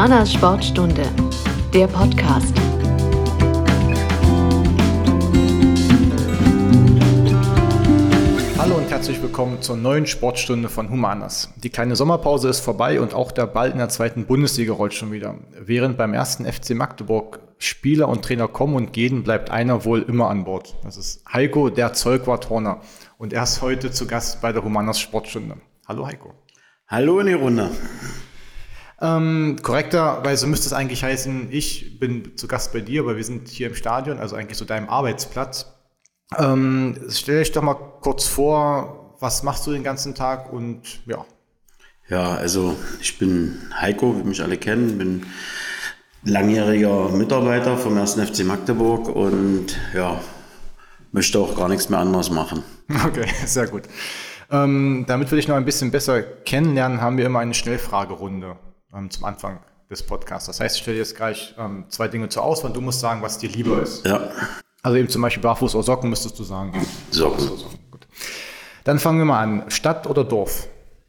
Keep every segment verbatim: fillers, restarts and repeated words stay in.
Humanas Sportstunde, der Podcast. Hallo und herzlich willkommen zur neuen Sportstunde von Humanas. Die kleine Sommerpause ist vorbei und auch der Ball in der zweiten Bundesliga rollt schon wieder. Während beim ersten F C Magdeburg Spieler und Trainer kommen und gehen, bleibt einer wohl immer an Bord. Das ist Heiko, der Zeugwart Horner. Und er ist heute zu Gast bei der Humanas Sportstunde. Hallo Heiko. Hallo in die Runde. Ähm, korrekterweise müsste es eigentlich heißen, ich bin zu Gast bei dir, aber wir sind hier im Stadion, also eigentlich so deinem Arbeitsplatz. Ähm, stell dich doch mal kurz vor, was machst du den ganzen Tag und ja. Ja, also ich bin Heiko, wie mich alle kennen, bin langjähriger Mitarbeiter vom ersten F C Magdeburg und ja, möchte auch gar nichts mehr anderes machen. Okay, sehr gut. Ähm, damit wir dich noch ein bisschen besser kennenlernen, haben wir immer eine Schnellfragerunde ähm, zum Anfang des Podcasts. Das heißt, ich stelle dir jetzt gleich ähm, zwei Dinge zur Auswahl und du musst sagen, was dir lieber ist. Ja. Also eben zum Beispiel Barfuß oder Socken müsstest du sagen. Socken. Socken. Gut. Dann fangen wir mal an. Stadt oder Dorf?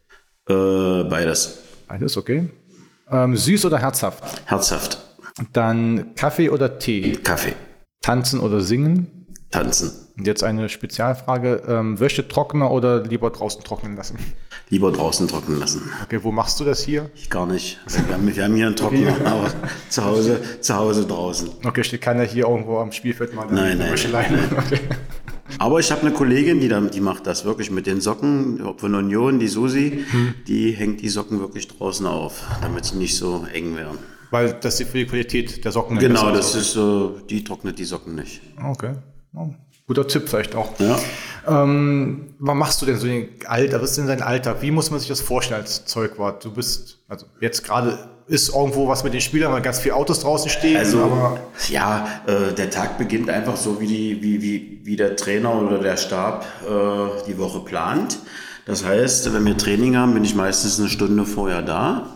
Äh, beides. Beides, okay. Ähm, süß oder herzhaft? Herzhaft. Dann Kaffee oder Tee? Kaffee. Tanzen oder singen? Tanzen. Und jetzt eine Spezialfrage. Ähm, Wäsche trockner oder lieber draußen trocknen lassen? Lieber draußen trocknen lassen. Okay, wo machst du das hier? Ich gar nicht. Wir haben, wir haben hier einen Trockner, okay. Aber zu Hause, zu Hause draußen. Okay, steht keiner hier irgendwo am Spielfeld mal nein, nein, Wäscheleine? nein. Okay. Aber ich habe eine Kollegin, die, da, die macht das wirklich mit den Socken von Union, die Susi, hm. die hängt die Socken wirklich draußen auf, damit sie nicht so eng werden. Weil das für die Qualität der Socken ist. Genau, das ist so, die trocknet die Socken nicht. Okay. Oh, guter Tipp vielleicht auch. Ja. Ähm, was machst du denn so den Alter? Was ist denn dein Alltag? Wie muss man sich das vorstellen als Zeugwart? Du bist, also jetzt gerade ist irgendwo was mit den Spielern, weil ganz viele Autos draußen stehen. Also, aber ja, äh, der Tag beginnt einfach so, wie, die, wie, wie, wie der Trainer oder der Stab äh, die Woche plant. Das heißt, wenn wir Training haben, bin ich meistens eine Stunde vorher da.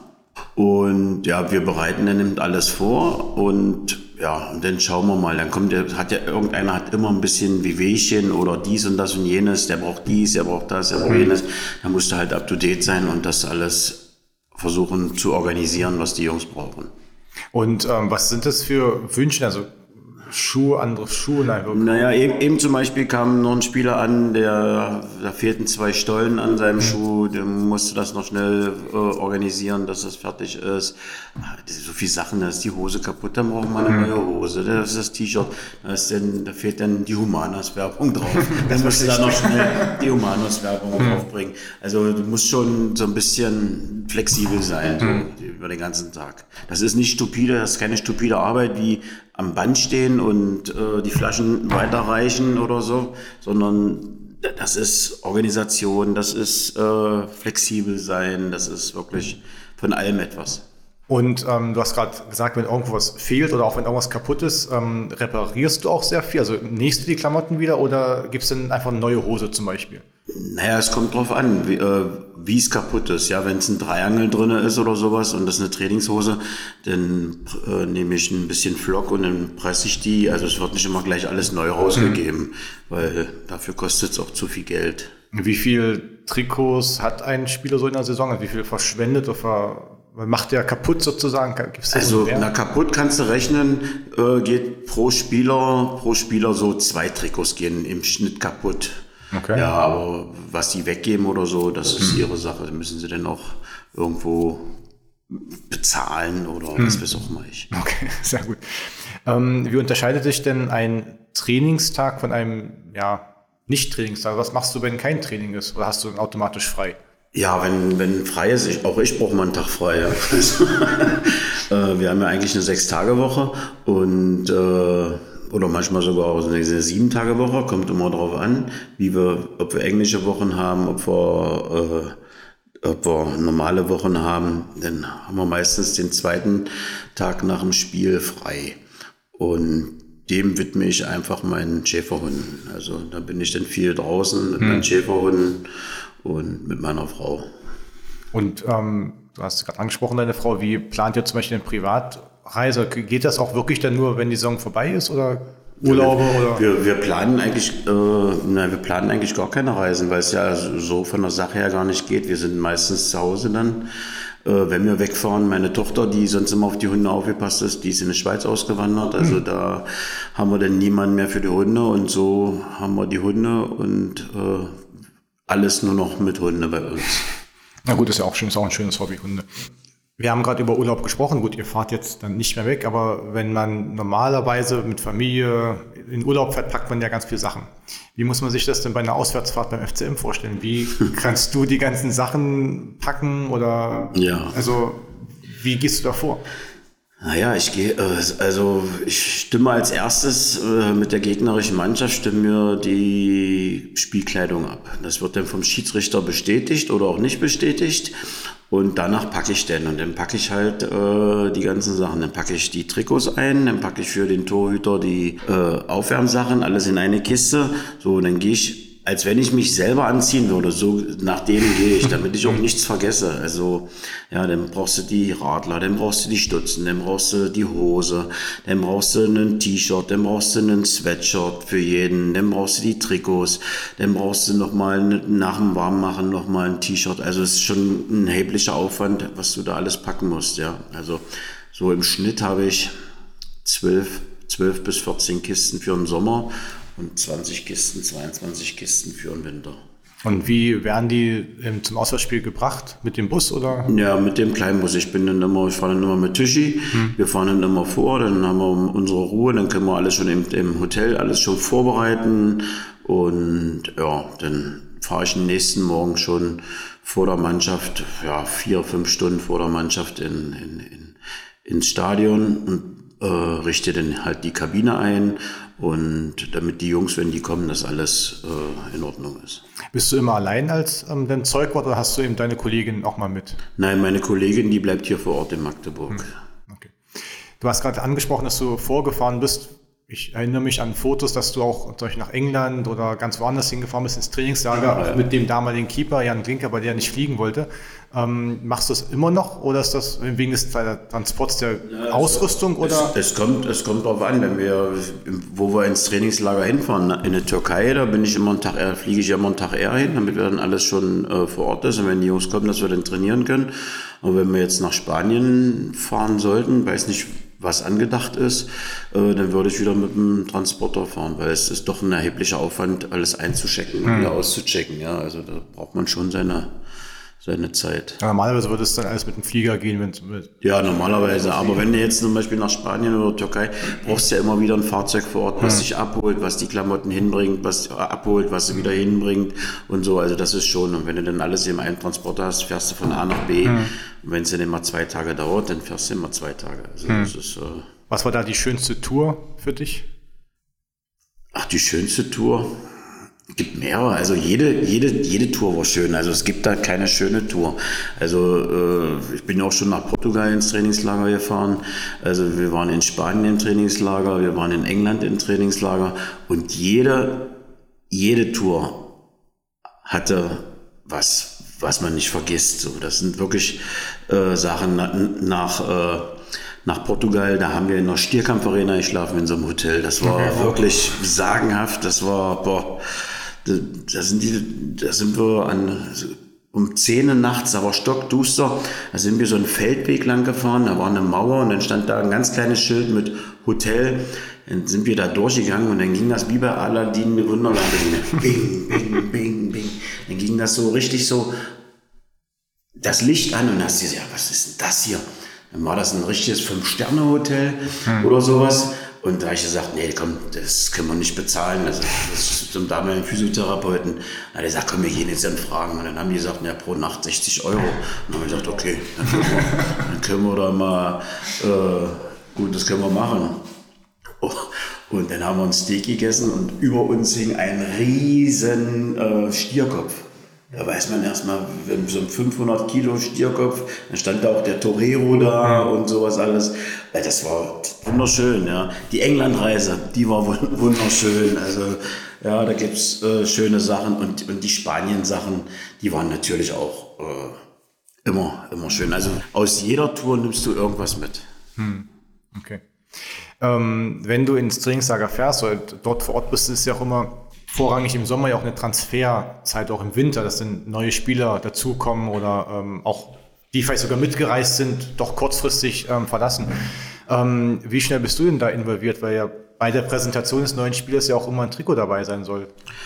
Und ja, wir bereiten dann eben alles vor und ja, und dann schauen wir mal. Dann kommt der, hat ja irgendeiner hat immer ein bisschen Wehwehchen oder dies und das und jenes. Der braucht dies, der braucht das, der braucht jenes. Da musst du halt up to date sein und das alles versuchen zu organisieren, was die Jungs brauchen. Und ähm, was sind das für Wünsche? Also Schuhe, andere Schuhe? Nein, naja, eben, eben zum Beispiel kam noch ein Spieler an, der, da fehlten zwei Stollen an seinem mhm. Schuh, der musste das noch schnell äh, organisieren, dass das fertig ist. So viele Sachen, da ist die Hose kaputt, dann braucht man eine mhm. neue Hose, da ist das T-Shirt, da, ist dann, da fehlt dann die Humanas-Werbung drauf. Dann musst du da noch schnell die Humanas-Werbung mhm. draufbringen. Also du musst schon so ein bisschen flexibel sein, mhm. so, über den ganzen Tag. Das ist nicht stupide, das ist keine stupide Arbeit wie am Band stehen und äh, die Flaschen weiterreichen oder so, sondern das ist Organisation, das ist äh, flexibel sein, das ist wirklich von allem etwas. Und ähm, du hast gerade gesagt, wenn irgendwas fehlt oder auch wenn irgendwas kaputt ist, ähm, reparierst du auch sehr viel? Also nähst du die Klamotten wieder oder gibst du dann einfach eine neue Hose zum Beispiel? Naja, es kommt drauf an, wie äh, wie es kaputt ist. Ja, wenn es ein Dreiangel drin ist oder sowas und das ist eine Trainingshose, dann äh, nehme ich ein bisschen Flock und dann presse ich die. Also es wird nicht immer gleich alles neu rausgegeben, mhm. weil dafür kostet es auch zu viel Geld. Wie viel Trikots hat ein Spieler so in der Saison? Also wie viel verschwendet oder ver macht der kaputt sozusagen? Gibt's also na kaputt kannst du rechnen, äh, geht pro Spieler, pro Spieler so zwei Trikots gehen im Schnitt kaputt. Okay. Ja, aber was die weggeben oder so, das ist hm. ihre Sache. Das müssen sie dann auch irgendwo bezahlen oder hm. was weiß auch mal ich. Okay, sehr gut. Ähm, wie unterscheidet sich denn ein Trainingstag von einem ja, Nicht-Trainingstag? Was machst du, wenn kein Training ist? Oder hast du dann automatisch frei? Ja, wenn, wenn frei ist, ich, auch ich brauche mal einen Tag frei. Ja. Wir haben ja eigentlich eine Sechs-Tage-Woche und äh, oder manchmal sogar auch eine Sieben-Tage-Woche, kommt immer drauf an, wie wir, ob wir englische Wochen haben, ob wir, äh, ob wir normale Wochen haben. Dann haben wir meistens den zweiten Tag nach dem Spiel frei. Und dem widme ich einfach meinen Schäferhunden. Also da bin ich dann viel draußen mit hm. meinen Schäferhunden und mit meiner Frau. Und ähm, du hast gerade angesprochen, deine Frau, wie plant ihr zum Beispiel eine Privatreise? Geht das auch wirklich dann nur, wenn die Saison vorbei ist oder Urlaube? Wir, oder? wir, wir planen eigentlich, äh, na, wir planen eigentlich gar keine Reisen, weil es ja so von der Sache her gar nicht geht. Wir sind meistens zu Hause dann Äh, wenn wir wegfahren, meine Tochter, die sonst immer auf die Hunde aufgepasst ist, die ist in die Schweiz ausgewandert. Also mhm. da haben wir dann niemanden mehr für die Hunde und so haben wir die Hunde und äh, alles nur noch mit Hunde bei uns. Na gut, ist ja auch schön, ist auch ein schönes Hobby, Hunde. Wir haben gerade über Urlaub gesprochen. Gut, ihr fahrt jetzt dann nicht mehr weg, aber wenn man normalerweise mit Familie in Urlaub fährt, packt man ja ganz viele Sachen. Wie muss man sich das denn bei einer Auswärtsfahrt beim F C M vorstellen? Wie kannst du die ganzen Sachen packen oder ja. Also wie gehst du da vor? Naja, ich gehe, also ich stimme als erstes mit der gegnerischen Mannschaft, stimme mir die Spielkleidung ab. Das wird dann vom Schiedsrichter bestätigt oder auch nicht bestätigt. Und danach packe ich dann und dann packe ich halt äh, die ganzen Sachen. Dann packe ich die Trikots ein, dann packe ich für den Torhüter die äh, Aufwärmsachen, alles in eine Kiste. So, und dann gehe ich, als wenn ich mich selber anziehen würde, so nach denen gehe ich, damit ich auch nichts vergesse. Also ja, dann brauchst du die Radler, dann brauchst du die Stutzen, dann brauchst du die Hose, dann brauchst du ein T-Shirt, dann brauchst du ein Sweatshirt für jeden, dann brauchst du die Trikots, dann brauchst du nochmal nach dem Warmmachen nochmal ein T-Shirt. Also es ist schon ein erheblicher Aufwand, was du da alles packen musst, ja. Also so im Schnitt habe ich zwölf, zwölf bis vierzehn Kisten für den Sommer und zwanzig Kisten, zweiundzwanzig Kisten für den Winter. Und wie werden die ähm, zum Auswärtsspiel gebracht? Mit dem Bus oder? Ja, mit dem kleinen Bus. Ich bin dann immer, ich fahre dann immer mit Tischi. Hm. Wir fahren dann immer vor, dann haben wir unsere Ruhe, dann können wir alles schon im, im Hotel alles schon vorbereiten. Und ja, dann fahre ich den nächsten Morgen schon vor der Mannschaft, ja, vier, fünf Stunden vor der Mannschaft in, in, in, ins Stadion und äh, richte dann halt die Kabine ein. Und damit die Jungs, wenn die kommen, dass alles äh, in Ordnung ist. Bist du immer allein als ähm, dein Zeugwart oder hast du eben deine Kollegin auch mal mit? Nein, meine Kollegin, die bleibt hier vor Ort in Magdeburg. Hm. Okay. Du hast gerade angesprochen, dass du vorgefahren bist. Ich erinnere mich an Fotos, dass du auch nach England oder ganz woanders hingefahren bist, ins Trainingslager, ja, ja. mit dem damaligen Keeper Jan Klinker, bei der nicht fliegen wollte. Ähm, machst du es immer noch oder ist das wegen des Transports der ja, Ausrüstung? Es, oder? Es, es kommt, es kommt darauf an, wenn wir, wo wir ins Trainingslager hinfahren. In der Türkei, da bin ich immer einen Tag eher, fliege ich immer einen Tag eher hin, damit wir dann alles schon äh, vor Ort ist und wenn die Jungs kommen, dass wir dann trainieren können. Und wenn wir jetzt nach Spanien fahren sollten, weiß nicht, was angedacht ist, äh, dann würde ich wieder mit dem Transporter fahren, weil es ist doch ein erheblicher Aufwand, alles einzuchecken und hm. wieder auszuchecken. Ja, also da braucht man schon seine, seine Zeit. Ja, normalerweise würde es dann alles mit dem Flieger gehen. Wenn mit ja, normalerweise. Aber wenn du jetzt zum Beispiel nach Spanien oder Türkei, brauchst du ja immer wieder ein Fahrzeug vor Ort, was hm. dich abholt, was die Klamotten hinbringt, was abholt, was sie wieder hinbringt und so. Also das ist schon. Und wenn du dann alles in einem Transporter hast, fährst du von A nach B. Hm. Und wenn es dann immer zwei Tage dauert, dann fährst du immer zwei Tage. Also hm. das ist, äh was war da die schönste Tour für dich? Ach, die schönste Tour? Es gibt mehrere. Also jede, jede, jede Tour war schön. Also es gibt da keine schöne Tour. Also äh, ich bin auch schon nach Portugal ins Trainingslager gefahren. Also wir waren in Spanien im Trainingslager, wir waren in England im Trainingslager. Und jede, jede Tour hatte was, was man nicht vergisst. So, das sind wirklich äh, Sachen nach, nach äh, Nach Portugal, da haben wir in einer Stierkampfarena geschlafen in so einem Hotel. Das war okay. wirklich sagenhaft. Das war, boah, da, da, sind, die, da sind wir an, um zehn Uhr nachts, da war stockduster, da sind wir so einen Feldweg lang gefahren, da war eine Mauer und dann stand da ein ganz kleines Schild mit Hotel. Dann sind wir da durchgegangen und dann ging das wie bei Aladdin in Wunderland. Bing, bing, bing, bing. Dann ging das so richtig so, das Licht an und dann hast du gesagt, ja, was ist denn das hier? Dann war das ein richtiges Fünf-Sterne-Hotel hm. oder sowas. Und da habe ich gesagt, nee, komm, das können wir nicht bezahlen. Also das ist zum damaligen Physiotherapeuten. Da hat er gesagt, komm, wir gehen jetzt dann fragen. Und dann haben die gesagt, ja, pro Nacht sechzig Euro. Und dann habe ich gesagt, okay, dann können wir, dann können wir da mal, äh, gut, das können wir machen. Oh, und dann haben wir ein Steak gegessen und über uns hing ein riesen äh, Stierkopf. Da weiß man erstmal, wenn so ein fünfhundert Kilo Stierkopf, dann stand da auch der Torero da und sowas alles. Das war wunderschön, ja. Die Englandreise, die war wunderschön. Also, ja, da gibt's äh, schöne Sachen und, und die Spanien-Sachen, die waren natürlich auch äh, immer, immer schön. Also, aus jeder Tour nimmst du irgendwas mit. Hm. Okay. Ähm, wenn du ins Trainingslager fährst oder dort vor Ort bist, ist es ja auch immer vorrangig im Sommer ja auch eine Transferzeit, auch im Winter, dass dann neue Spieler dazukommen oder ähm, auch die vielleicht sogar mitgereist sind, doch kurzfristig ähm, verlassen. Ähm, wie schnell bist du denn da involviert? Weil ja bei der Präsentation des neuen Spielers ja auch immer ein Trikot dabei sein soll.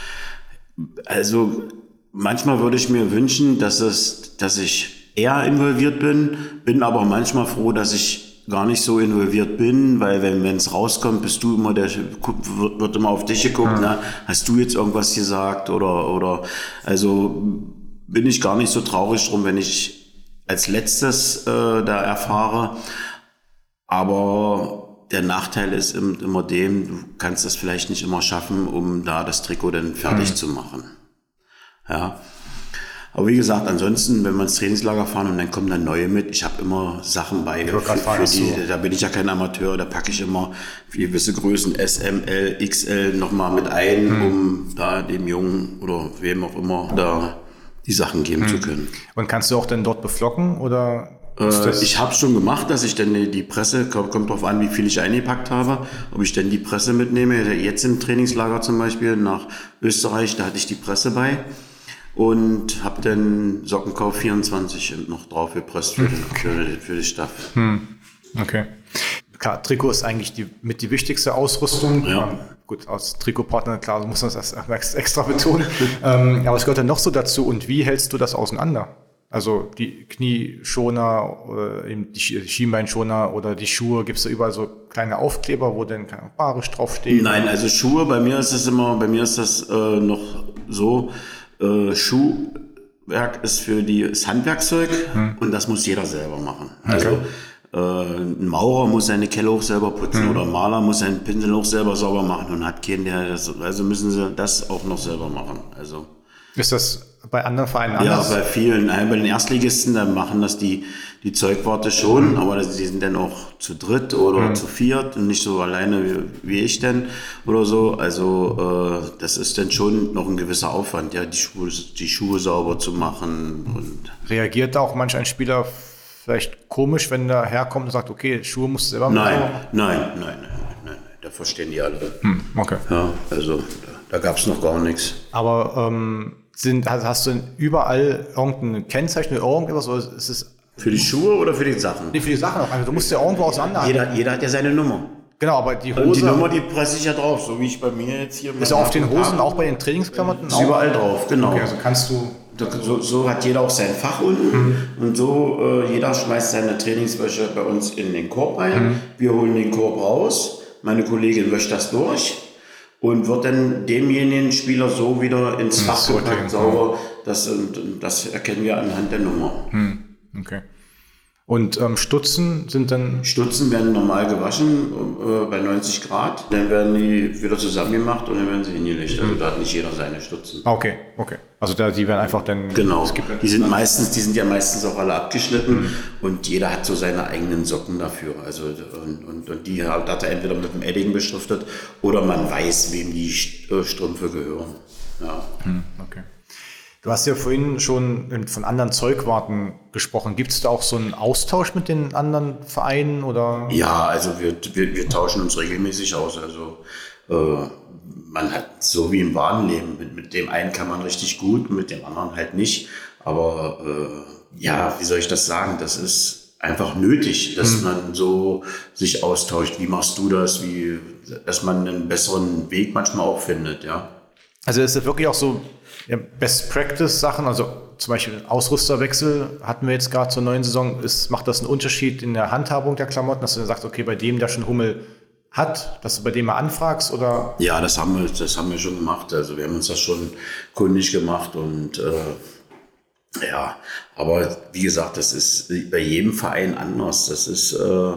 Also manchmal würde ich mir wünschen, dass es, dass ich eher involviert bin, bin aber manchmal froh, dass ich gar nicht so involviert bin, weil wenn es rauskommt, bist du immer der, wird, wird immer auf dich geguckt, mhm. ne? Hast du jetzt irgendwas gesagt oder, oder, also bin ich gar nicht so traurig drum, wenn ich als letztes äh, da erfahre, aber der Nachteil ist immer dem, du kannst das vielleicht nicht immer schaffen, um da das Trikot dann fertig mhm. zu machen. Ja. Aber wie gesagt, ansonsten, wenn wir ins Trainingslager fahren und dann kommen dann neue mit, ich habe immer Sachen bei, für, für die, da bin ich ja kein Amateur, da packe ich immer gewisse Größen S, M, L, X L nochmal mit ein, mhm. um da dem Jungen oder wem auch immer da die Sachen geben mhm. zu können. Und kannst du auch denn dort beflocken oder? Äh, ich habe es schon gemacht, dass ich dann die, die Presse, kommt, kommt drauf an, wie viel ich eingepackt habe, ob ich dann die Presse mitnehme. Jetzt im Trainingslager zum Beispiel nach Österreich, da hatte ich die Presse bei. Und habe dann Sockenkauf vierundzwanzig noch drauf gepresst für, den, für, für die Staff. Hm. Okay. Klar, Trikot ist eigentlich die, mit die wichtigste Ausrüstung. Ja. Ähm, gut, als Trikotpartner, klar, muss man das extra betonen. ähm, aber es gehört dann noch so dazu. Und wie hältst du das auseinander? Also die Knieschoner, oder eben die Schienbeinschoner oder die Schuhe, gibt es da überall so kleine Aufkleber, wo dann kein Barisch draufsteht? Nein, also Schuhe, bei mir ist es immer, bei mir ist das äh, noch so, Äh, Schuhwerk ist für die, das Handwerkzeug hm. und das muss jeder selber machen. Also okay. äh, ein Maurer muss seine Kelle auch selber putzen hm. oder ein Maler muss seinen Pinsel auch selber sauber machen und hat keinen, der das, also müssen sie das auch noch selber machen. Also ist das bei anderen Vereinen anders? Ja, bei vielen, bei den Erstligisten, da machen das die, die Zeugwarte schon, mhm. aber die sind dann auch zu dritt oder mhm. zu viert und nicht so alleine wie, wie ich denn oder so. Also äh, das ist dann schon noch ein gewisser Aufwand, ja, die Schuhe, die Schuhe sauber zu machen. Und reagiert da auch manch ein Spieler vielleicht komisch, wenn der herkommt und sagt, okay, Schuhe musst du selber machen? Nein, nein, nein, nein, nein, nein, da verstehen die alle. Hm, okay. Ja, also da, da gab es noch gar nichts. Aber ähm, Sind, hast du denn überall irgendein Kennzeichen oder irgendwas? Oder ist es für die Schuhe oder für die Sachen? Nee, für die Sachen auch. Also du musst ja irgendwo auseinanderhalten. Jeder, jeder hat ja seine Nummer. Genau, aber die Hose... Und die Nummer, die presse ich ja drauf, so wie ich bei mir jetzt hier... Ist ja auf den Hosen, auch bei den Trainingsklamotten? Ist überall drauf, genau. Okay, also kannst du... So, so hat jeder auch sein Fach unten mhm. und so, äh, jeder schmeißt seine Trainingswäsche bei uns in den Korb rein. Mhm. Wir holen den Korb raus, meine Kollegin wäscht das durch. Und wird dann demjenigen Spieler so wieder ins Fach hm, gepackt, sauber. Das, und, das erkennen wir anhand der Nummer. Hm, okay. Und ähm, Stutzen sind dann? Stutzen werden normal gewaschen äh, bei neunzig Grad. Dann werden die wieder zusammengemacht und dann werden sie hingelegt. Also da hat nicht jeder seine Stutzen. Ah, okay, okay. Also da, die werden einfach dann... Genau. Die sind meistens, die sind ja meistens auch alle abgeschnitten mhm. und jeder hat so seine eigenen Socken dafür. Also und, und, und die hat er entweder mit dem Edding beschriftet oder man weiß, wem die Strümpfe gehören. Ja. Mhm, okay. Du hast ja vorhin schon von anderen Zeugwarten gesprochen. Gibt es da auch so einen Austausch mit den anderen Vereinen? Oder? Ja, also wir, wir, wir tauschen uns regelmäßig aus. Also äh, man hat so wie im wahren Leben. Mit, mit dem einen kann man richtig gut, mit dem anderen halt nicht. Aber äh, ja, wie soll ich das sagen? Das ist einfach nötig, dass hm. man so sich austauscht. Wie machst du das? Wie, dass man einen besseren Weg manchmal auch findet, ja. Also ist es wirklich auch so, ja, Best-Practice-Sachen, also zum Beispiel Ausrüsterwechsel hatten wir jetzt gerade zur neuen Saison. Ist, macht das einen Unterschied in der Handhabung der Klamotten, dass du dann sagst, okay, bei dem, der schon Hummel hat, dass du bei dem mal anfragst? Oder? Ja, das haben wir, das haben wir schon gemacht. Also wir haben uns das schon kundig gemacht und äh, ja, aber wie gesagt, das ist bei jedem Verein anders. Das ist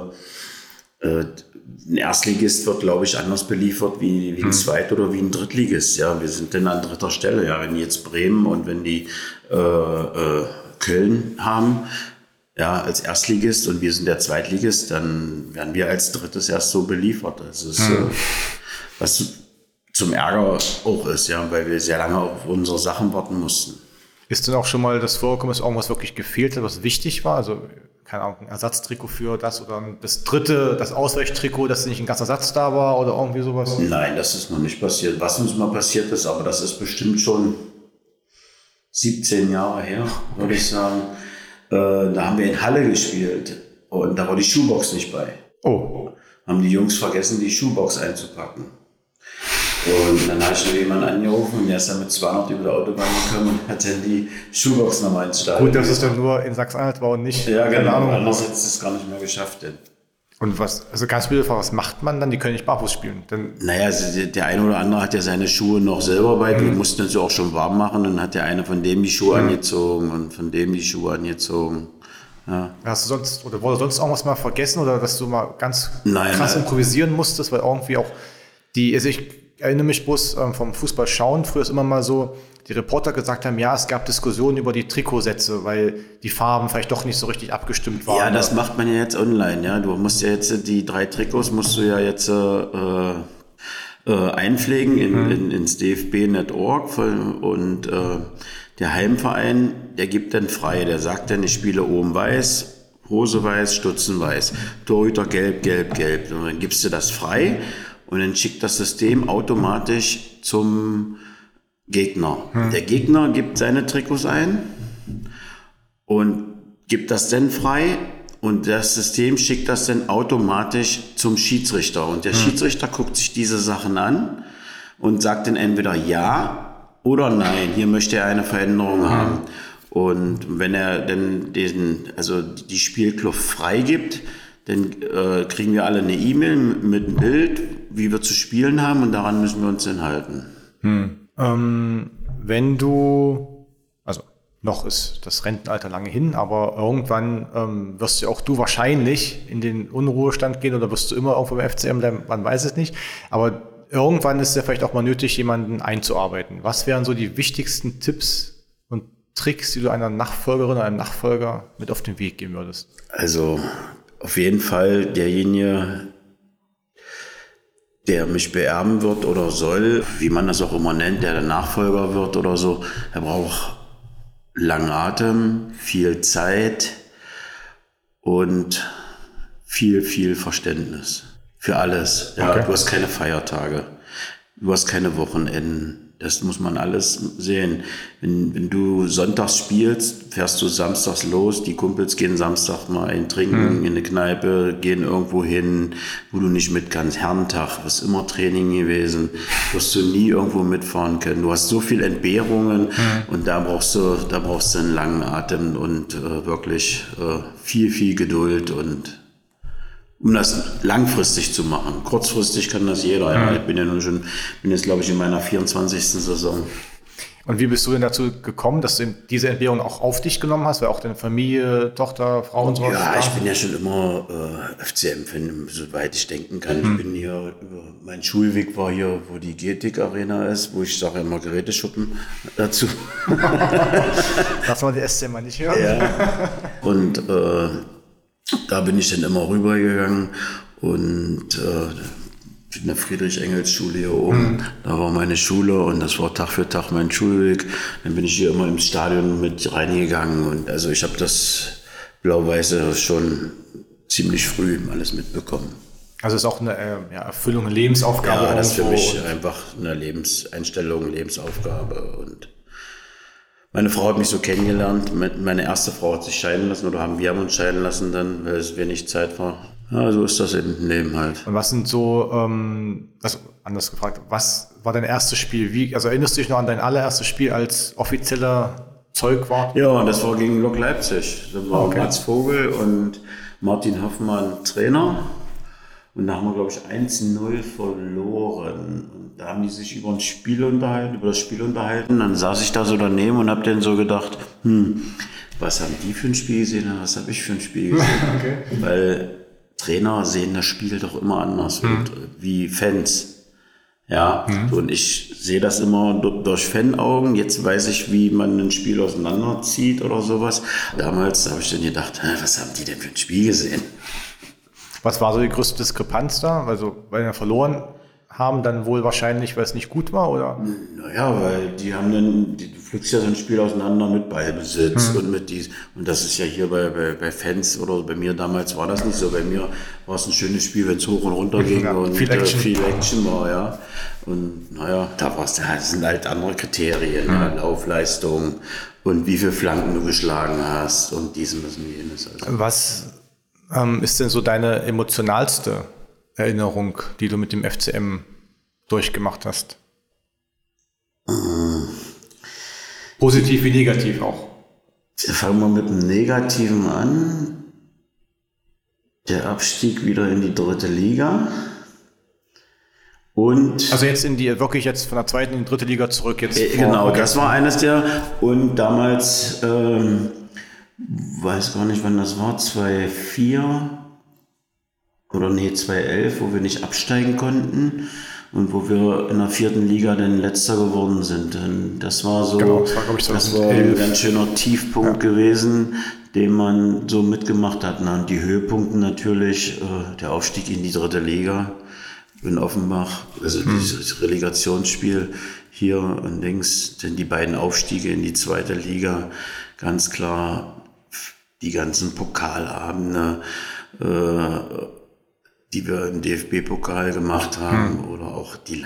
äh, äh, ein Erstligist wird, glaube ich, anders beliefert wie, wie ein hm. Zweit- oder wie ein Drittligist. Ja, wir sind dann an dritter Stelle. Ja, wenn jetzt Bremen und wenn die äh, äh, Köln haben, ja, als Erstligist und wir sind der Zweitligist, dann werden wir als Drittes erst so beliefert. Das ist, hm. äh, was zum Ärger auch ist, ja, weil wir sehr lange auf unsere Sachen warten mussten. Ist denn auch schon mal das vorgekommen, dass irgendwas wirklich gefehlt hat, was wichtig war? Also, keine Ahnung, ein Ersatztrikot für das oder das dritte, das Ausweichtrikot, dass nicht ein ganzer Satz da war oder irgendwie sowas? Nein, das ist noch nicht passiert. Was uns mal passiert ist, aber das ist bestimmt schon siebzehn Jahre her, würde ich sagen. Äh, da haben wir in Halle gespielt und da war die Schuhbox nicht bei. Oh. Haben die Jungs vergessen, die Schuhbox einzupacken. Und dann habe ich noch jemanden angerufen und der ist dann mit zweihundert über die Autobahn gekommen und hat dann die Schuhbox nochmal ins Stadion. Gut, dass es dann nur in Sachsen-Anhalt war und nicht. Ja, keine genau. Ahnung. Anders hätte es gar nicht mehr geschafft. Denn. Und was, also ganz blöd, was macht man dann? Die können nicht barfuß spielen. Dann Naja, also der eine oder andere hat ja seine Schuhe noch selber bei. Mhm. Wir mussten uns ja auch schon warm machen. Dann hat der eine von dem die Schuhe mhm. angezogen und von dem die Schuhe angezogen. Ja. Hast du sonst, oder wurde sonst irgendwas mal vergessen oder dass du mal ganz nein, krass nein. improvisieren musstest, weil irgendwie auch die, also ich erinnere mich bloß ähm, vom Fußball schauen, früher ist immer mal so, die Reporter gesagt haben, ja, es gab Diskussionen über die Trikotsätze, weil die Farben vielleicht doch nicht so richtig abgestimmt waren. Ja, das macht man ja jetzt online, ja. Du musst ja jetzt, die drei Trikots musst du ja jetzt äh, äh, einpflegen in, mhm. in, ins d f b punkt net punkt org und äh, der Heimverein, der gibt dann frei, der sagt dann, ich spiele oben weiß, Hose weiß, Stutzen weiß, Torhüter gelb, gelb, gelb. Und dann gibst du das frei und dann schickt das System automatisch zum Gegner. Hm. Der Gegner gibt seine Trikots ein und gibt das dann frei und das System schickt das dann automatisch zum Schiedsrichter. Und der hm. Schiedsrichter guckt sich diese Sachen an und sagt dann entweder ja oder nein, hier möchte er eine Veränderung hm. haben. Und wenn er dann den, also die Spielkluft freigibt, dann äh, kriegen wir alle eine E-Mail mit einem Bild, wie wir zu spielen haben und daran müssen wir uns dann halten. Hm. Ähm, wenn du, also noch ist das Rentenalter lange hin, aber irgendwann ähm, wirst du auch du wahrscheinlich in den Unruhestand gehen oder wirst du immer irgendwo beim F C M bleiben, man weiß es nicht, aber irgendwann ist es ja vielleicht auch mal nötig, jemanden einzuarbeiten. Was wären so die wichtigsten Tipps und Tricks, die du einer Nachfolgerin oder einem Nachfolger mit auf den Weg geben würdest? Also auf jeden Fall derjenige, der mich beerben wird oder soll, wie man das auch immer nennt, der der Nachfolger wird oder so, er braucht langen Atem, viel Zeit und viel, viel Verständnis für alles. Ja, okay. Du hast keine Feiertage, du hast keine Wochenenden. Das muss man alles sehen. Wenn, wenn du sonntags spielst, fährst du samstags los. Die Kumpels gehen Samstag mal ein Trinken, mhm. in eine Kneipe, gehen irgendwo hin, wo du nicht mit kannst. Herrentag, ist immer Training gewesen. Wirst du nie irgendwo mitfahren können. Du hast so viele Entbehrungen mhm. und da brauchst du, da brauchst du einen langen Atem und äh, wirklich äh, viel, viel Geduld und um das langfristig zu machen. Kurzfristig kann das jeder. Ja. Ich bin ja nun schon, bin jetzt glaube ich in meiner vierundzwanzigsten Saison. Und wie bist du denn dazu gekommen, dass du diese Entbehrung auch auf dich genommen hast, weil auch deine Familie, Tochter, Frau und so was? Ja, ich bin ja schon immer äh, F C M-Fan, soweit ich denken kann. Mhm. Ich bin hier, über, mein Schulweg war hier, wo die Getik-Arena ist, wo ich sage immer Geräteschuppen dazu. Darf man die S C M mal nicht hören? Ja. Und äh, da bin ich dann immer rübergegangen und äh, in der Friedrich-Engels-Schule hier oben, mhm. da war meine Schule und das war Tag für Tag mein Schulweg. Dann bin ich hier immer im Stadion mit reingegangen und also ich habe das Blau-Weiße schon ziemlich früh alles mitbekommen. Also es ist auch eine äh, ja, Erfüllung, eine Lebensaufgabe. Ja, das ist für mich einfach eine Lebenseinstellung, Lebensaufgabe und meine Frau hat mich so kennengelernt, meine erste Frau hat sich scheiden lassen oder haben wir haben uns scheiden lassen dann, weil es wenig Zeit war. Ja, so ist das im Leben halt. Und was sind so, ähm, also anders gefragt, was war dein erstes Spiel? Wie, also erinnerst du dich noch an dein allererstes Spiel als offizieller Zeugwart? Ja, das war gegen Lok Leipzig. Da war okay. Mats Vogel und Martin Hoffmann Trainer. Und da haben wir, glaube ich, eins null verloren. Und da haben die sich über ein Spiel unterhalten, über das Spiel unterhalten. Dann saß ich da so daneben und habe dann so gedacht, hm, was haben die für ein Spiel gesehen und was habe ich für ein Spiel gesehen? Okay. Weil Trainer sehen das Spiel doch immer anders mhm. und, wie Fans. Ja, mhm. und ich sehe das immer durch Fanaugen. Jetzt weiß ich, wie man ein Spiel auseinanderzieht oder sowas. Damals habe ich dann gedacht, was haben die denn für ein Spiel gesehen? Was war so die größte Diskrepanz da? Also, weil wir verloren haben, dann wohl wahrscheinlich, weil es nicht gut war, oder? Naja, weil die haben dann, die, du pflückst ja so ein Spiel auseinander mit Ballbesitz hm. und mit dies, und das ist ja hier bei, bei, bei Fans oder bei mir damals war das nicht so. Bei mir war es ein schönes Spiel, wenn es hoch und runter ging ja, und viel Action. Äh, viel Action war, ja. Und naja, da war es, das sind halt andere Kriterien, hm. ja, Laufleistung und wie viele Flanken du geschlagen hast und dies müssen jenes. Also. Was ähm, ist denn so deine emotionalste Erinnerung, die du mit dem F C M durchgemacht hast? Mhm. Positiv wie negativ auch. Fangen wir mit dem Negativen an. Der Abstieg wieder in die dritte Liga. Und also jetzt in die, wirklich jetzt von der zweiten in die dritte Liga zurück. Jetzt äh, vor, genau, okay. Das war eines der, und damals, ähm, weiß gar nicht, wann das war, zweitausendvier oder nee, zweitausendelf, wo wir nicht absteigen konnten. Und wo wir in der vierten Liga dann Letzter geworden sind. Und das war so, genau, das war, glaube ich, das war ein ganz schöner Tiefpunkt ja. gewesen, den man so mitgemacht hat. Und die Höhepunkte natürlich, äh, der Aufstieg in die dritte Liga in Offenbach, also hm. dieses Relegationsspiel hier und links, denn die beiden Aufstiege in die zweite Liga, ganz klar die ganzen Pokalabende, äh, die wir im D F B-Pokal gemacht haben hm. oder auch die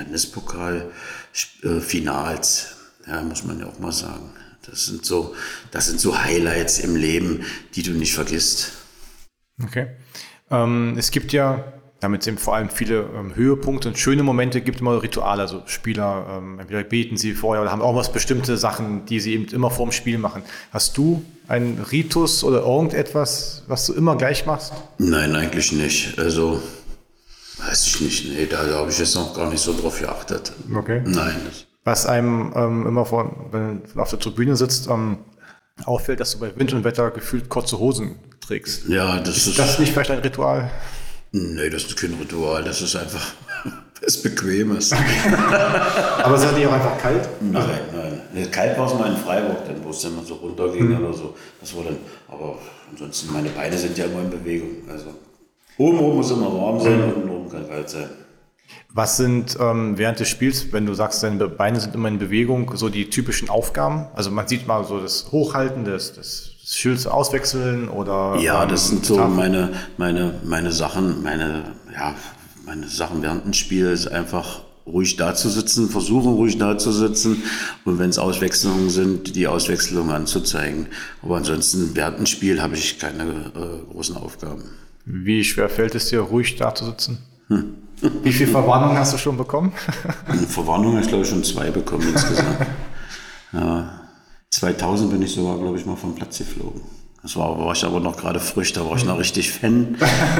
Landespokal-Finals, ja, muss man ja auch mal sagen. Das sind so, das sind so Highlights im Leben, die du nicht vergisst. Okay. Ähm, es gibt ja, damit sind vor allem viele ähm, Höhepunkte und schöne Momente, gibt immer Rituale. Also Spieler, ähm, entweder beten sie vorher oder haben auch was bestimmte Sachen, die sie eben immer vor dem Spiel machen. Hast du einen Ritus oder irgendetwas, was du immer gleich machst? Nein, eigentlich nicht. Also, weiß ich nicht. Nee, da habe ich jetzt noch gar nicht so drauf geachtet. Okay. Nein. Was einem ähm, immer vor, wenn du auf der Tribüne sitzt, ähm, auffällt, dass du bei Wind und Wetter gefühlt kurze Hosen trägst. Ja, das ist... Ist das nicht vielleicht ein Ritual? Nee, das ist kein Ritual. Das ist einfach... es Bequemes. Aber es ist nicht auch einfach kalt? Nein, nein. Nee, kalt war es mal in Freiburg, dann, wo es dann mal so runterging hm. oder so. Das war dann, aber ansonsten, meine Beine sind ja immer in Bewegung. Also oben oben muss immer warm sein, hm. unten oben kann kalt sein. Was sind ähm, während des Spiels, wenn du sagst, deine Beine sind immer in Bewegung, so die typischen Aufgaben? Also man sieht mal so das Hochhalten, das, das Schild auswechseln oder... Ja, ähm, das sind so meine, meine, meine Sachen, meine, ja... Meine Sachen während dem Spiel ist einfach ruhig da zu sitzen, versuchen ruhig da zu sitzen und wenn es Auswechslungen sind, die Auswechslung anzuzeigen. Aber ansonsten während dem Spiel habe ich keine äh, großen Aufgaben. Wie schwer fällt es dir, ruhig da zu sitzen? Hm. Wie viele Verwarnungen hast du schon bekommen? Verwarnungen habe ich glaube ich schon zwei bekommen insgesamt. Ja, zweitausend bin ich sogar glaube ich mal vom Platz geflogen. Das war, war ich aber noch gerade frisch, da war ich noch richtig Fan.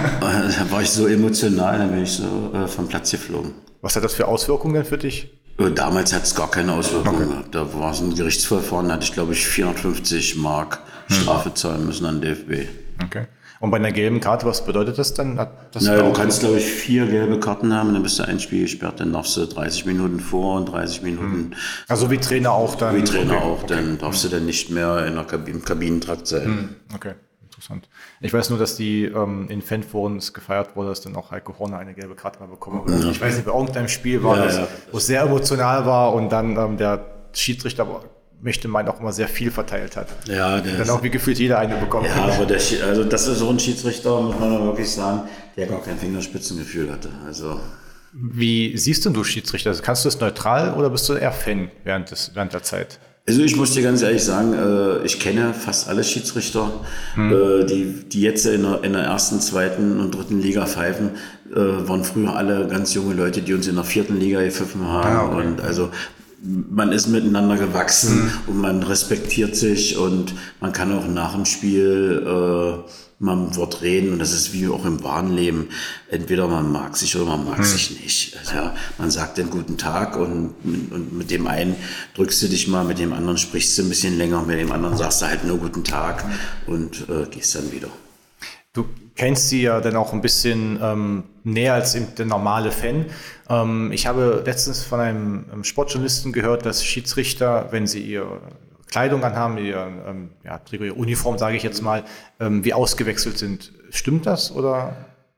Da war ich so emotional, dann bin ich so äh, vom Platz geflogen. Was hat das für Auswirkungen für dich? Damals hat es gar keine Auswirkungen okay. gehabt. Da war es ein Gerichtsverfahren, da hatte ich glaube ich vierhundertfünfzig Mark Strafe zahlen müssen an den D F B. Okay. Und bei einer gelben Karte, was bedeutet das dann? Das naja, du kannst glaube ich vier gelbe Karten haben, dann bist du ein Spiel gesperrt, dann darfst du dreißig Minuten vor und dreißig Minuten... Also wie Trainer auch dann? Wie Trainer okay. auch, dann okay. darfst du dann nicht mehr in der Kabine, im Kabinentrakt sein. Okay, interessant. Ich weiß nur, dass die ähm, in Fanforen gefeiert wurde, dass dann auch Heiko Horner eine gelbe Karte mal bekommen hat. Ja. Ich weiß nicht, bei irgendeinem Spiel war ja, das, ja. wo es sehr emotional war und dann ähm, der Schiedsrichter möchte meinen auch immer sehr viel verteilt hat. Ja, der dann auch wie gefühlt jeder eine bekommen ja, hat. Aber der, also das ist so ein Schiedsrichter, muss man wirklich sagen, der gar kein Fingerspitzengefühl hatte. Also wie siehst denn du Schiedsrichter? Also kannst du das neutral oder bist du eher Fan während, des, während der Zeit? Also ich muss dir ganz ehrlich sagen, äh, ich kenne fast alle Schiedsrichter, hm. äh, die, die jetzt in der, in der ersten, zweiten und dritten Liga pfeifen, äh, waren früher alle ganz junge Leute, die uns in der vierten Liga gepfiffen haben. Ah, okay. Und also man ist miteinander gewachsen mhm. und man respektiert sich und man kann auch nach dem Spiel äh, mal ein Wort reden und das ist wie auch im wahren Leben. Entweder man mag sich oder man mag mhm. sich nicht. Also, ja, man sagt den guten Tag und, und mit dem einen drückst du dich mal, mit dem anderen sprichst du ein bisschen länger, mit dem anderen sagst du halt nur guten Tag und äh, gehst dann wieder. Du kennst sie ja dann auch ein bisschen ähm, näher als der normale Fan. Ähm, ich habe letztens von einem, einem Sportjournalisten gehört, dass Schiedsrichter, wenn sie ihre Kleidung anhaben, ihre, ähm, ja, ihre Uniform, sage ich jetzt mal, ähm, wie ausgewechselt sind. Stimmt das oder?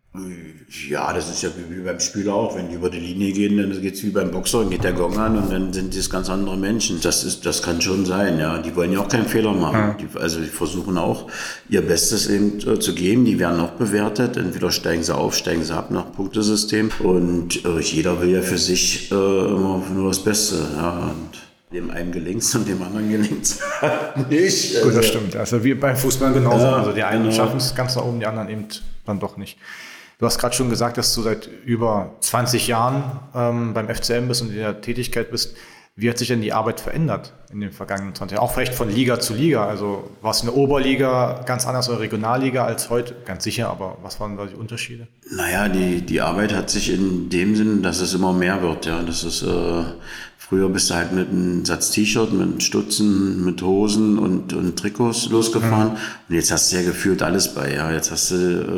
Ja, das ist ja wie beim Spieler auch. Wenn die über die Linie gehen, dann geht es wie beim Boxer, dann geht der Gong an und dann sind das ganz andere Menschen. Das ist, das kann schon sein, ja. Die wollen ja auch keinen Fehler machen. Ja. Die, also die versuchen auch ihr Bestes eben äh, zu geben. Die werden auch bewertet. Entweder steigen sie auf, steigen sie ab nach Punktesystem. Und äh, jeder will ja für sich äh, immer nur das Beste. Ja. Und Dem einen gelingt es und dem anderen gelingt es nicht. Gut, das stimmt. Also wie beim Fußball genauso. Ja, also die einen genau. schaffen es ganz nach oben, die anderen eben dann doch nicht. Du hast gerade schon gesagt, dass du seit über zwanzig Jahren ähm, beim F C M bist und in der Tätigkeit bist. Wie hat sich denn die Arbeit verändert in den vergangenen zwanzig Jahren? Auch vielleicht von Liga zu Liga. Also war es in der Oberliga ganz anders oder Regionalliga als heute? Ganz sicher, aber was waren da die Unterschiede? Naja, die, die Arbeit hat sich in dem Sinn, dass es immer mehr wird. Ja, das ist, äh, früher bist du halt mit einem Satz T-Shirt, mit Stutzen, mit Hosen und, und Trikots losgefahren. Mhm. Und jetzt hast du ja gefühlt alles bei. Ja, jetzt hast du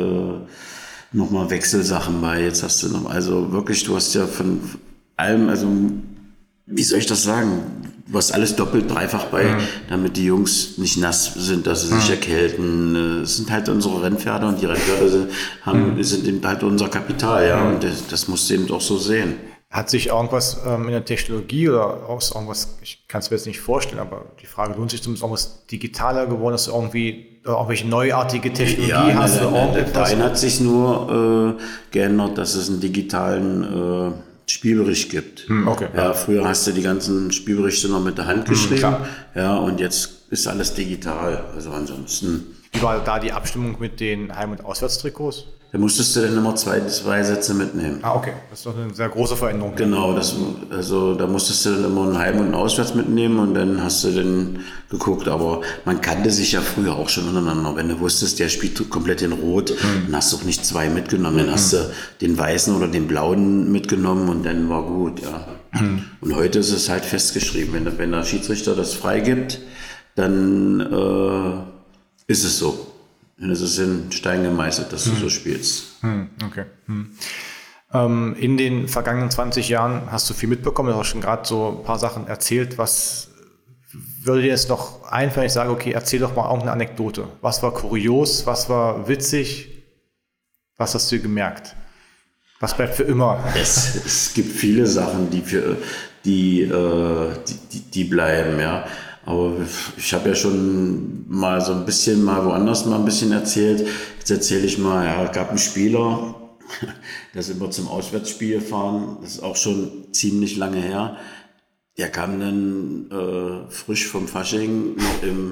äh, nochmal Wechselsachen bei. Jetzt hast du noch, also wirklich, du hast ja von allem, also wie soll ich das sagen? Du hast alles doppelt, dreifach bei, mhm. damit die Jungs nicht nass sind, dass sie sich mhm. erkälten. Es sind halt unsere Rennpferde und die Rennpferde sind, haben, mhm. sind eben halt unser Kapital, ja, mhm. und das, das musst du eben auch so sehen. Hat sich irgendwas ähm, in der Technologie oder aus irgendwas, ich kann es mir jetzt nicht vorstellen, aber die Frage lohnt sich zumindest irgendwas digitaler geworden, dass du irgendwie äh, irgendwelche neuartige Technologie ja, hast? Ne, oder ne, dahin hat sich nur äh, geändert, dass es einen digitalen äh, Spielbericht gibt. Hm, okay. Ja, früher hast du die ganzen Spielberichte noch mit der Hand geschrieben. Hm, ja, und jetzt ist alles digital. Also ansonsten. Wie war da die Abstimmung mit den Heim- und Auswärtstrikots? Da musstest du dann immer zwei, zwei Sätze mitnehmen. Ah, okay. Das ist doch eine sehr große Veränderung. Genau, das, also da musstest du dann immer ein Heim- und ein Auswärts mitnehmen und dann hast du dann geguckt. Aber man kannte sich ja früher auch schon untereinander. Wenn du wusstest, der spielt komplett in Rot, hm. dann hast du auch nicht zwei mitgenommen. Dann hm. hast du den weißen oder den blauen mitgenommen und dann war gut, ja. Hm. Und heute ist es halt festgeschrieben. Wenn der, wenn der Schiedsrichter das freigibt, dann äh, ist es so. Und es ist in Stein gemeißelt, dass du hm. so spielst. Hm, okay. Hm. Ähm, in den vergangenen zwanzig Jahren hast du viel mitbekommen. Du hast schon gerade so ein paar Sachen erzählt. Was würde dir jetzt noch einfallen, wenn ich sage, okay, erzähl doch mal irgendeine Anekdote. Was war kurios? Was war witzig? Was hast du gemerkt? Was bleibt für immer? Es, es gibt viele Sachen, die, für, die, äh, die, die, die bleiben, ja. Aber ich habe ja schon mal so ein bisschen mal woanders mal ein bisschen erzählt. Jetzt erzähle ich mal, ja, es gab einen Spieler, der ist immer zum Auswärtsspiel gefahren. Das ist auch schon ziemlich lange her. Der kam dann äh, frisch vom Fasching noch im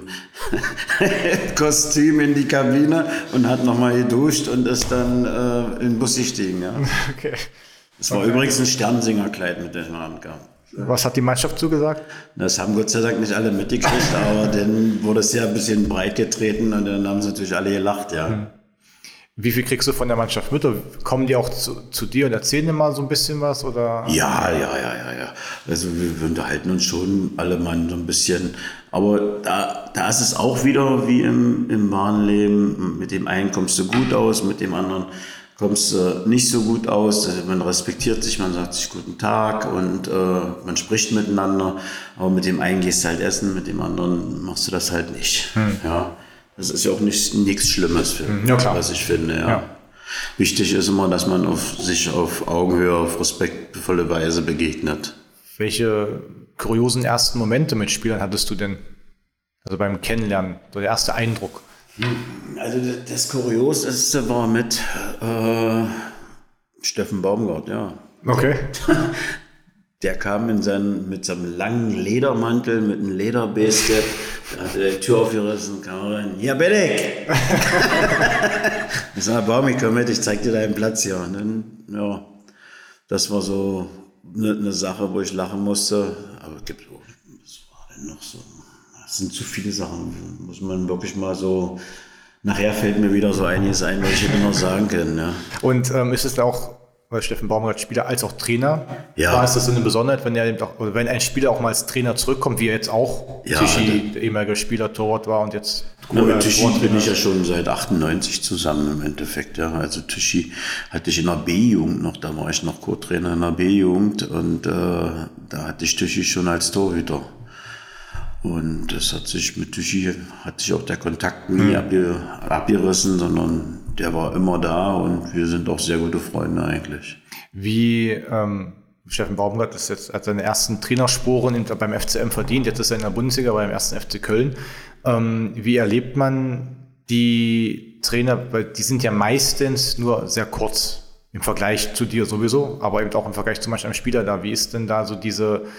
Kostüm in die Kabine und hat nochmal geduscht und ist dann äh, in den Bus gestiegen. Ja. Okay. Das war okay. Übrigens ein Sternsingerkleid, mit dem er ankam. Was hat die Mannschaft zugesagt? Das haben Gott sei Dank nicht alle mitgekriegt, aber dann wurde es ja ein bisschen breit getreten und dann haben sie natürlich alle gelacht, ja. Hm. Wie viel kriegst du von der Mannschaft mit? Oder kommen die auch zu, zu dir und erzählen dir mal so ein bisschen was? Oder? Ja, ja, ja, ja, ja. Also wir, wir unterhalten uns schon alle mal so ein bisschen. Aber da, da ist es auch wieder wie im, im wahren Leben. Mit dem einen kommst du gut aus, mit dem anderen kommst du nicht so gut aus. Man respektiert sich, man sagt sich guten Tag und äh, man spricht miteinander. Aber mit dem einen gehst du halt essen, mit dem anderen machst du das halt nicht. Hm. Ja. Das ist ja auch nicht, nichts Schlimmes, für, ja, klar. Was ich finde. Ja. Ja. Wichtig ist immer, dass man auf, sich auf Augenhöhe, auf respektvolle Weise begegnet. Welche kuriosen ersten Momente mit Spielern hattest du denn? Also beim Kennenlernen, so der erste Eindruck? Also das Kurioseste war mit äh, Steffen Baumgart, ja. Okay. Der kam in seinen, mit seinem langen Ledermantel, mit einem Lederbeste, da hat er die Tür aufgerissen, kam rein, hier bin ich! Ich sag, Baumi, komm mit, ich zeig dir deinen Platz hier. Und dann, ja, das war so eine, eine Sache, wo ich lachen musste. Aber es gibt, was war denn noch so? Es sind zu viele Sachen, muss man wirklich mal so, nachher fällt mir wieder so einiges ein, was ich hätte noch sagen können. Ja. Und ähm, ist es da auch, weil Steffen Baumgart Spieler als auch Trainer, ja. War es das so eine Besonderheit, wenn, er auch, oder wenn ein Spieler auch mal als Trainer zurückkommt, wie er jetzt auch, ja, Tichy, der ehemalige Spieler, Torwart war und jetzt Na, mit Tichy bin ich ja schon seit achtundneunzig zusammen im Endeffekt. Ja. Also Tichy hatte ich in der B-Jugend noch, da war ich noch Co-Trainer in der B-Jugend und äh, da hatte ich Tichy schon als Torhüter. Und es hat sich mit Tichy, hat sich auch der Kontakt nie mhm. abgerissen, sondern der war immer da und wir sind auch sehr gute Freunde eigentlich. Wie ähm, Steffen Baumgart ist jetzt, hat seine ersten Trainersporen beim F C M verdient, jetzt ist er in der Bundesliga beim ersten F C Köln. Ähm, wie erlebt man die Trainer, weil die sind ja meistens nur sehr kurz im Vergleich zu dir sowieso, aber eben auch im Vergleich zu manch einem Spieler da. Wie ist denn da so diese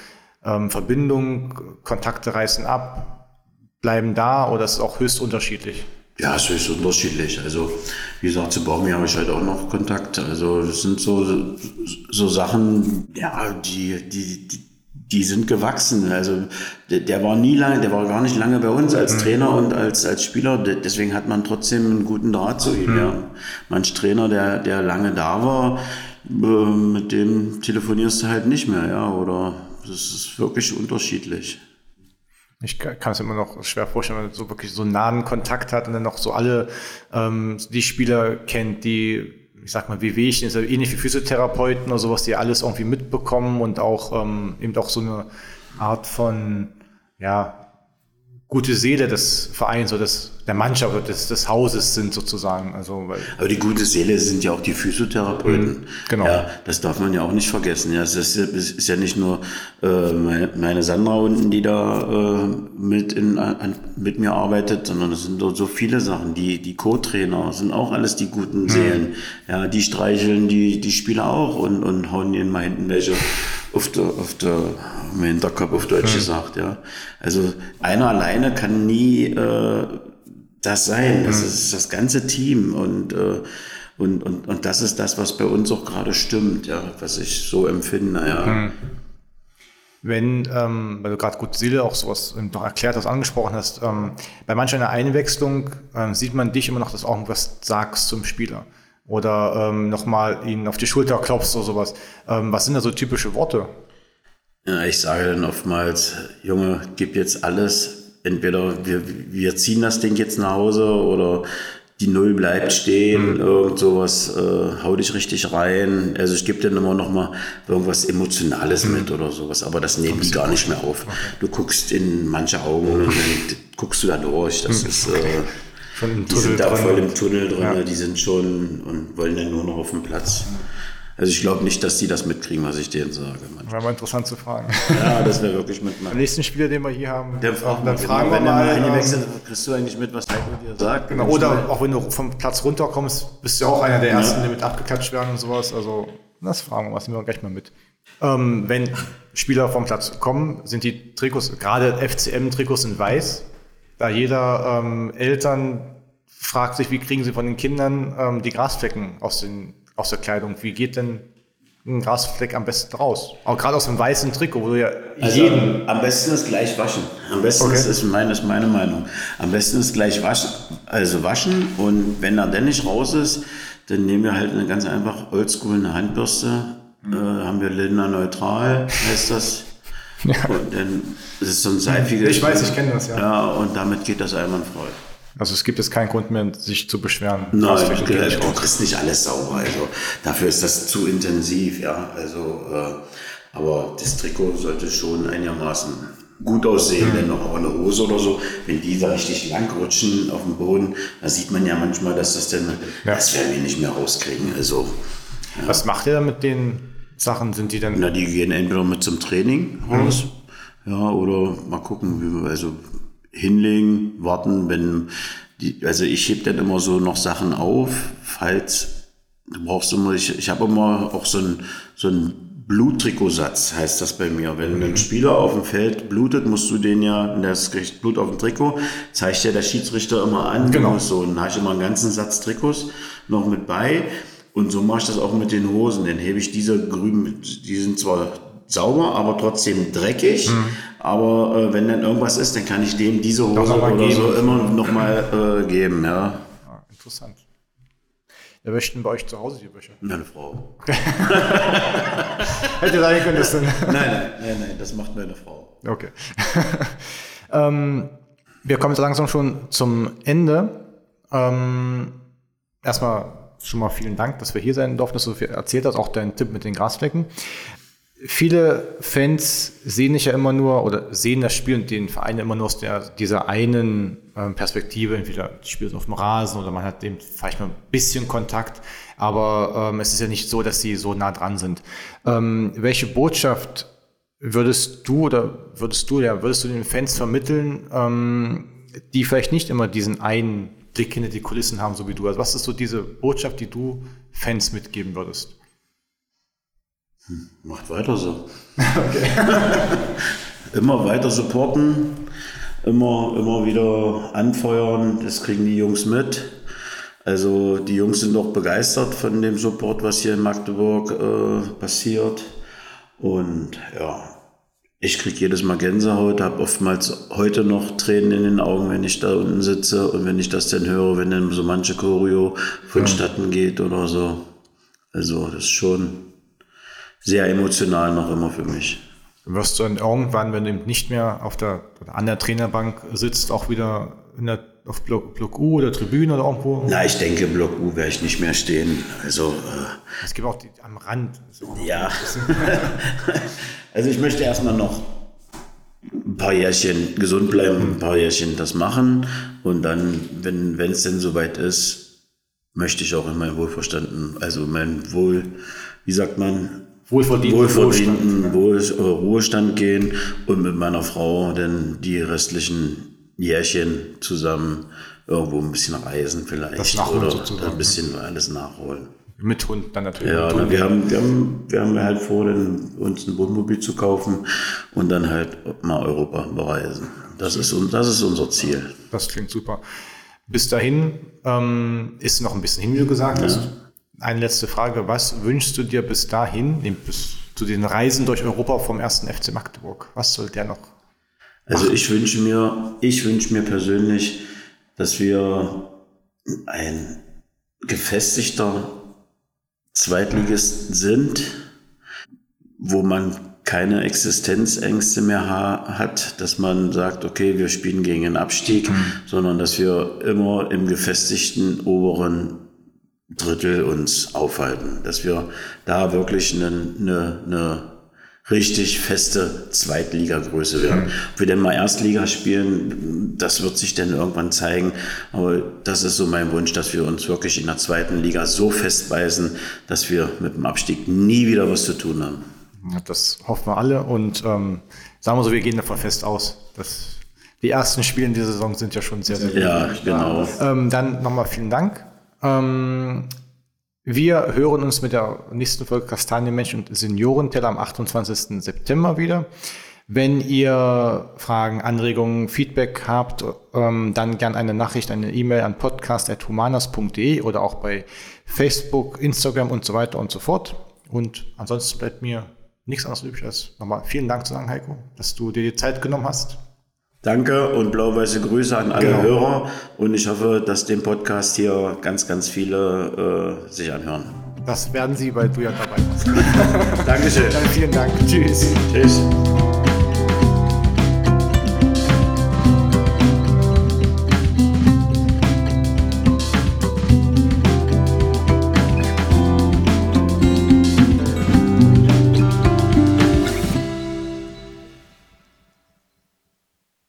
ähm, Verbindung, Kontakte reißen ab, bleiben da oder ist es auch höchst unterschiedlich? Ja, es ist unterschiedlich. Also, wie gesagt, zu Baumi habe ich halt auch noch Kontakt. Also, das sind so, so Sachen, ja, die, die, die, die sind gewachsen. Also, der, der war nie lange, der war gar nicht lange bei uns als mhm. Trainer und als, als Spieler. Deswegen hat man trotzdem einen guten Draht zu ihm, mhm. ja. Manch Trainer, der, der lange da war, äh, mit dem telefonierst du halt nicht mehr, ja, oder das ist wirklich unterschiedlich. Ich kann es immer noch schwer vorstellen, wenn man so wirklich so einen nahen Kontakt hat und dann noch so alle ähm, die Spieler kennt, die, ich sag mal, wie Wehchen, ist ja ähnlich wie Physiotherapeuten oder sowas, die alles irgendwie mitbekommen und auch ähm, eben auch so eine Art von, ja, gute Seele des Vereins oder des, der Mannschaft oder des, des Hauses sind sozusagen. Also, weil aber die gute Seele sind ja auch die Physiotherapeuten. Mhm, genau. Ja, das darf man ja auch nicht vergessen. Ja, es ist, es ist ja nicht nur äh, meine, meine Sandra unten, die da äh, mit, in, an, mit mir arbeitet, sondern es sind so viele Sachen. Die, die Co-Trainer sind auch alles die guten Seelen. Mhm. Ja, die streicheln die, die Spieler auch und, und hauen ihnen mal hinten welche auf der, auf der, im Hinterkopf auf Deutsch mhm. gesagt, ja. Also einer alleine kann nie äh, das sein. Das mhm. ist das ganze Team und, äh, und, und, und das ist das, was bei uns auch gerade stimmt, ja, was ich so empfinde, ja. Mhm. Wenn, ähm, weil du gerade gute Seele auch sowas noch erklärt hast, angesprochen hast, ähm, bei manch einer Einwechslung äh, sieht man dich immer noch, dass du auch irgendwas sagst zum Spieler. Oder ähm, nochmal ihn auf die Schulter klopfst oder sowas. Ähm, was sind da so typische Worte? Ja, ich sage dann oftmals, Junge, gib jetzt alles. Entweder wir, wir ziehen das Ding jetzt nach Hause oder die Null bleibt stehen, mhm. irgend sowas, äh, hau dich richtig rein. Also ich gebe dann immer noch mal irgendwas Emotionales mhm. mit oder sowas, aber das nehmen die gar nicht mehr auf. Okay. Du guckst in manche Augen und dann guckst du da durch. Das mhm. ist... Äh, Schon im die Tunnel sind da drin. voll im Tunnel drin, Ja. Die sind schon und wollen dann nur noch auf dem Platz. Also ich glaube nicht, dass die das mitkriegen, was ich denen sage. Wäre mal interessant zu fragen. Ja, das wäre wirklich mit meinem. Beim nächsten Spieler, den wir hier haben, der dann dann fragen genau, wir mal. Wenn du mal wechselst, kriegst du eigentlich mit, was Heiko dir sagt. Genau, oder auch wenn du vom Platz runterkommst, bist du ja auch einer der Ersten, ja. die mit abgeklatscht werden und sowas. Also das fragen wir, was nehmen wir gleich mal mit. Ähm, wenn Spieler vom Platz kommen, sind die Trikots, gerade F C M-Trikots sind weiß, da jeder ähm, Eltern fragt sich, wie kriegen sie von den Kindern ähm, die Grasflecken aus, den, aus der Kleidung? Wie geht denn ein Grasfleck am besten raus? Auch gerade aus einem weißen Trikot, wo du ja also jeden... Am besten ist gleich waschen. Am besten okay. ist, ist, meine, ist meine Meinung. Am besten ist gleich waschen. Also waschen und wenn er denn nicht raus ist, dann nehmen wir halt eine ganz einfach oldschool eine Handbürste. Mhm. Äh, haben wir Lindner Neutral, heißt das. Ja. Und dann das ist so ein seifiges... Ich weiß, ich kenne das, ja. Ja, und damit geht das einwandfrei. Also es gibt jetzt keinen Grund mehr, sich zu beschweren. Nein, du, du kriegst nicht alles sauber. Also dafür ist das zu intensiv, ja. Also, äh, aber das Trikot sollte schon einigermaßen gut aussehen, mhm. denn noch auch eine Hose oder so, wenn die da richtig lang rutschen auf dem Boden, da sieht man ja manchmal, dass das dann, ja. das werden wir nicht mehr rauskriegen. Also, ja. Was macht ihr da mit den Sachen? Sind die dann? Na, die gehen entweder mit zum Training raus, mhm. ja, oder mal gucken, wie wir, also hinlegen, warten, wenn die, also ich heb dann immer so noch Sachen auf, falls du brauchst immer, ich, ich habe immer auch so ein so ein Bluttrikotsatz, heißt das bei mir. Wenn ein Spieler auf dem Feld blutet, musst du den ja, das kriegt Blut auf dem Trikot, zeigt ja der Schiedsrichter immer an. Genau. So, und dann habe ich immer einen ganzen Satz Trikots noch mit bei. Und so mache ich das auch mit den Hosen. Dann hebe ich diese grünen, die sind zwar sauber, aber trotzdem dreckig. Mhm. Aber äh, wenn dann irgendwas ist, dann kann ich dem diese Hose oder geben. so immer noch mal äh, geben. Ja. Ah, interessant. Wer wäscht denn bei euch zu Hause die Wäsche? Meine Frau. Hätte sein können, das dann. Nein, nein, nein, nein, das macht meine Frau. Okay. ähm, wir kommen jetzt langsam schon zum Ende. Ähm, erstmal schon mal vielen Dank, dass wir hier sein durften, dass du viel erzählt hast, auch deinen Tipp mit den Grasflecken. Viele Fans sehen dich ja immer nur oder sehen das Spiel und den Verein immer nur aus der, dieser einen ähm, Perspektive. Entweder die spielen auf dem Rasen oder man hat dem vielleicht mal ein bisschen Kontakt. Aber ähm, es ist ja nicht so, dass sie so nah dran sind. Ähm, welche Botschaft würdest du oder würdest du ja würdest du den Fans vermitteln, ähm, die vielleicht nicht immer diesen einen Blick hinter die Kulissen haben, so wie du? Also was ist so diese Botschaft, die du Fans mitgeben würdest? Hm, macht weiter so. Okay. Immer weiter supporten, immer, immer wieder anfeuern, das kriegen die Jungs mit. Also die Jungs sind auch begeistert von dem Support, was hier in Magdeburg äh, passiert. Und ja, ich kriege jedes Mal Gänsehaut, habe oftmals heute noch Tränen in den Augen, wenn ich da unten sitze und wenn ich das dann höre, wenn dann so manche Choreo vonstatten geht oder so. Also das ist schon sehr emotional noch immer für mich. Wirst du dann irgendwann, wenn du nicht mehr auf der, an der Trainerbank sitzt, auch wieder in der, auf Block, Block U oder Tribüne oder irgendwo? Na, ich denke, Block U werde ich nicht mehr stehen. Also, äh, es gibt auch die am Rand. So. Ja. Also ich möchte erstmal noch ein paar Jährchen gesund bleiben, ein paar Jährchen das machen. Und dann, wenn wenn es denn soweit ist, möchte ich auch in meinen Wohlverstanden, also mein Wohl, wie sagt man, Wohlverdienten, wohlverdienten Ruhestand. Wohl, Ruhestand gehen und mit meiner Frau dann die restlichen Jährchen zusammen irgendwo ein bisschen reisen vielleicht oder ein bisschen alles nachholen. Mit Hund dann natürlich. Ja, dann wir, haben, wir, haben, wir haben halt vor, dann uns ein Wohnmobil zu kaufen und dann halt mal Europa bereisen. Das ist, das ist unser Ziel. Das klingt super. Bis dahin ähm, ist noch ein bisschen hin, wie du gesagt hast. Ja. Eine letzte Frage. Was wünschst du dir bis dahin, bis zu den Reisen durch Europa vom ersten F C Magdeburg? Was soll der noch machen? Also ich wünsche mir, ich wünsche mir persönlich, dass wir ein gefestigter Zweitligist sind, wo man keine Existenzängste mehr ha- hat, dass man sagt, okay, wir spielen gegen einen Abstieg, mhm. sondern dass wir immer im gefestigten oberen Drittel uns aufhalten, dass wir da wirklich eine, eine, eine richtig feste Zweitligagröße werden. Mhm. Ob wir denn mal Erstliga spielen, das wird sich dann irgendwann zeigen. Aber das ist so mein Wunsch, dass wir uns wirklich in der zweiten Liga so festbeißen, dass wir mit dem Abstieg nie wieder was zu tun haben. Das hoffen wir alle und ähm, sagen wir so, wir gehen davon fest aus. Dass die ersten Spiele in dieser Saison sind ja schon sehr, sehr gut. Ja, genau. Ähm, dann nochmal vielen Dank. Ähm, Wir hören uns mit der nächsten Folge Kastanienmensch und Seniorenteller am achtundzwanzigsten September wieder. Wenn ihr Fragen, Anregungen, Feedback habt, ähm, dann gern eine Nachricht, eine E-Mail an podcast at humanas punkt de oder auch bei Facebook, Instagram und so weiter und so fort. Und ansonsten bleibt mir nichts anderes übrig als nochmal vielen Dank zu sagen, Heiko, dass du dir die Zeit genommen hast. Danke und blau-weiße Grüße an alle genau. Hörer und ich hoffe, dass den Podcast hier ganz, ganz viele äh, sich anhören. Das werden sie, weil du ja dabei bist. Dankeschön. Dann vielen Dank. Tschüss. Tschüss.